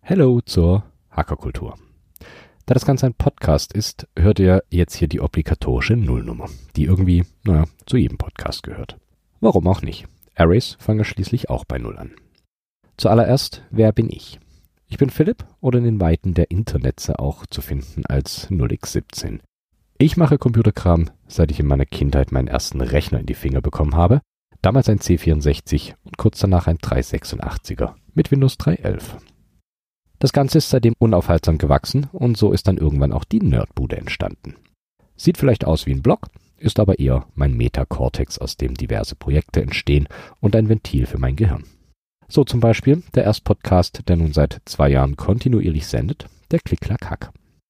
Hello zur Hackerkultur. Da das Ganze ein Podcast ist, hört ihr jetzt hier die obligatorische Nullnummer, die irgendwie, zu jedem Podcast gehört. Warum auch nicht? Arrays fangen schließlich auch bei Null an. Zuallererst, wer bin ich? Ich bin Philipp oder in den Weiten der Internetze auch zu finden als 0x17. Ich mache Computerkram, seit ich in meiner Kindheit meinen ersten Rechner in die Finger bekommen habe. Damals ein C64 und kurz danach ein 386er mit Windows 3.11. Das Ganze ist seitdem unaufhaltsam gewachsen und so ist dann irgendwann auch die Nerdbude entstanden. Sieht vielleicht aus wie ein Blog, ist aber eher mein Metacortex, aus dem diverse Projekte entstehen und ein Ventil für mein Gehirn. So zum Beispiel der Erstpodcast, der nun seit 2 Jahren kontinuierlich sendet, der Klick-Klack-Hack.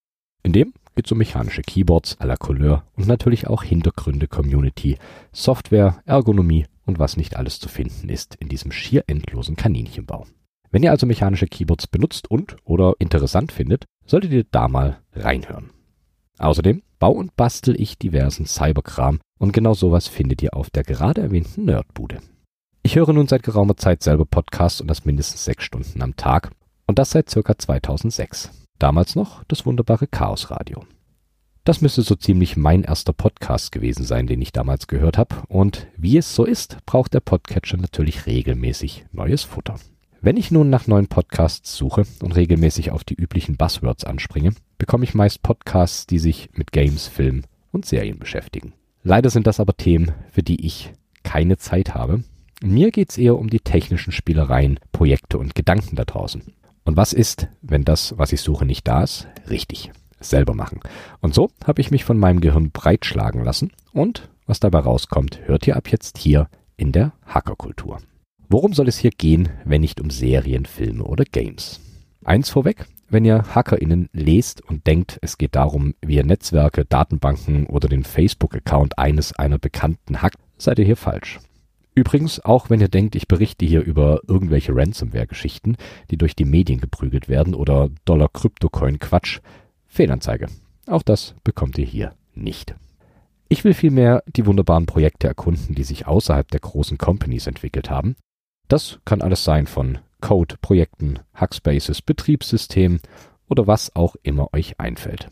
In dem geht es um mechanische Keyboards à la Couleur und natürlich auch Hintergründe, Community, Software, Ergonomie und was nicht alles zu finden ist in diesem schier endlosen Kaninchenbau. Wenn ihr also mechanische Keyboards benutzt oder interessant findet, solltet ihr da mal reinhören. Außerdem baue und bastel ich diversen Cyberkram und genau sowas findet ihr auf der gerade erwähnten Nerdbude. Ich höre nun seit geraumer Zeit selber Podcasts und das mindestens 6 Stunden am Tag und das seit ca. 2006. Damals noch das wunderbare Chaosradio. Das müsste so ziemlich mein erster Podcast gewesen sein, den ich damals gehört habe und wie es so ist, braucht der Podcatcher natürlich regelmäßig neues Futter. Wenn ich nun nach neuen Podcasts suche und regelmäßig auf die üblichen Buzzwords anspringe, bekomme ich meist Podcasts, die sich mit Games, Film und Serien beschäftigen. Leider sind das aber Themen, für die ich keine Zeit habe. Mir geht's eher um die technischen Spielereien, Projekte und Gedanken da draußen. Und was ist, wenn das, was ich suche, nicht da ist? Richtig, selber machen. Und so habe ich mich von meinem Gehirn breitschlagen lassen und was dabei rauskommt, hört ihr ab jetzt hier in der Hackerkultur. Worum soll es hier gehen, wenn nicht um Serien, Filme oder Games? Eins vorweg, wenn ihr HackerInnen lest und denkt, es geht darum, wie ihr Netzwerke, Datenbanken oder den Facebook-Account einer Bekannten hackt, seid ihr hier falsch. Übrigens, auch wenn ihr denkt, ich berichte hier über irgendwelche Ransomware-Geschichten, die durch die Medien geprügelt werden oder Dollar-Kryptocoin-Quatsch, Fehlanzeige. Auch das bekommt ihr hier nicht. Ich will vielmehr die wunderbaren Projekte erkunden, die sich außerhalb der großen Companies entwickelt haben. Das kann alles sein von Code, Projekten, Hackspaces, Betriebssystemen oder was auch immer euch einfällt.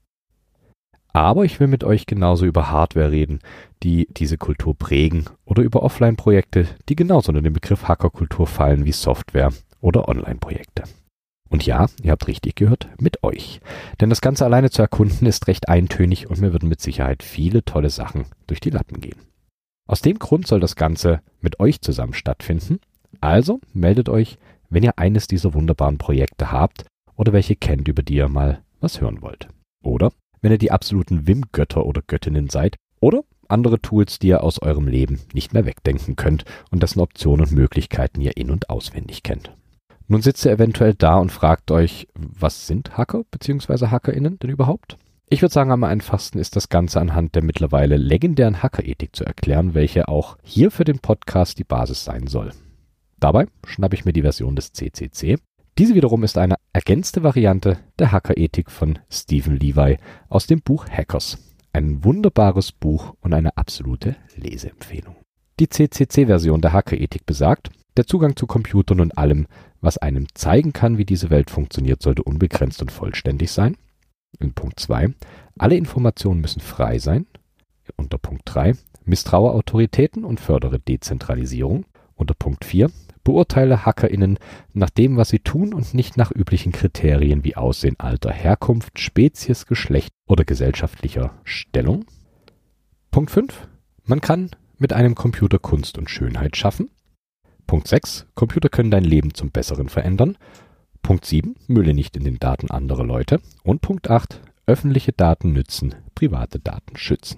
Aber ich will mit euch genauso über Hardware reden, die diese Kultur prägen oder über Offline-Projekte, die genauso unter den Begriff Hackerkultur fallen wie Software oder Online-Projekte. Und ja, ihr habt richtig gehört, mit euch. Denn das Ganze alleine zu erkunden ist recht eintönig und mir würden mit Sicherheit viele tolle Sachen durch die Lappen gehen. Aus dem Grund soll das Ganze mit euch zusammen stattfinden. Also meldet euch, wenn ihr eines dieser wunderbaren Projekte habt oder welche kennt, über die ihr mal was hören wollt. Oder wenn ihr die absoluten Vim-Götter oder Göttinnen seid oder andere Tools, die ihr aus eurem Leben nicht mehr wegdenken könnt und dessen Optionen und Möglichkeiten ihr in- und auswendig kennt. Nun sitzt ihr eventuell da und fragt euch, was sind Hacker bzw. HackerInnen denn überhaupt? Ich würde sagen, am einfachsten ist das Ganze anhand der mittlerweile legendären Hackerethik zu erklären, welche auch hier für den Podcast die Basis sein soll. Dabei schnappe ich mir die Version des CCC. Diese wiederum ist eine ergänzte Variante der Hackerethik von Stephen Levi aus dem Buch Hackers. Ein wunderbares Buch und eine absolute Leseempfehlung. Die CCC-Version der Hackerethik besagt, der Zugang zu Computern und allem, was einem zeigen kann, wie diese Welt funktioniert, sollte unbegrenzt und vollständig sein. In Punkt 2, alle Informationen müssen frei sein. Unter Punkt 3, misstraue Autoritäten und fördere Dezentralisierung. Unter Punkt 4, beurteile HackerInnen nach dem, was sie tun und nicht nach üblichen Kriterien wie Aussehen, Alter, Herkunft, Spezies, Geschlecht oder gesellschaftlicher Stellung. Punkt 5, man kann mit einem Computer Kunst und Schönheit schaffen. Punkt 6, Computer können dein Leben zum Besseren verändern. Punkt 7, Mülle nicht in den Daten anderer Leute. Und Punkt 8, öffentliche Daten nützen, private Daten schützen.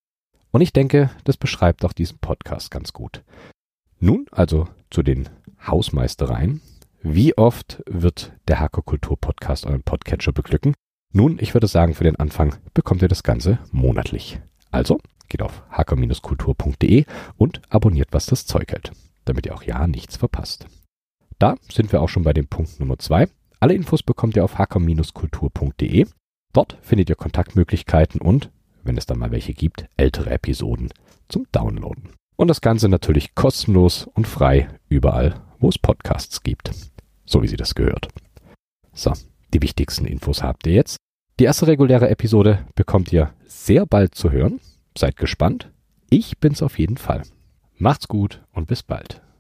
Und ich denke, das beschreibt auch diesen Podcast ganz gut. Nun also zu den Hausmeistereien. Wie oft wird der Hackerkultur-Podcast euren Podcatcher beglücken? Nun, ich würde sagen, für den Anfang bekommt ihr das Ganze monatlich. Also geht auf hacker-kultur.de und abonniert, was das Zeug hält, damit ihr auch ja nichts verpasst. Da sind wir auch schon bei dem Punkt Nummer 2. Alle Infos bekommt ihr auf hacker-kultur.de. Dort findet ihr Kontaktmöglichkeiten und, wenn es dann mal welche gibt, ältere Episoden zum Downloaden. Und das Ganze natürlich kostenlos und frei überall, wo es Podcasts gibt. So wie sie das gehört. So, die wichtigsten Infos habt ihr jetzt. Die erste reguläre Episode bekommt ihr sehr bald zu hören. Seid gespannt. Ich bin's auf jeden Fall. Macht's gut und bis bald.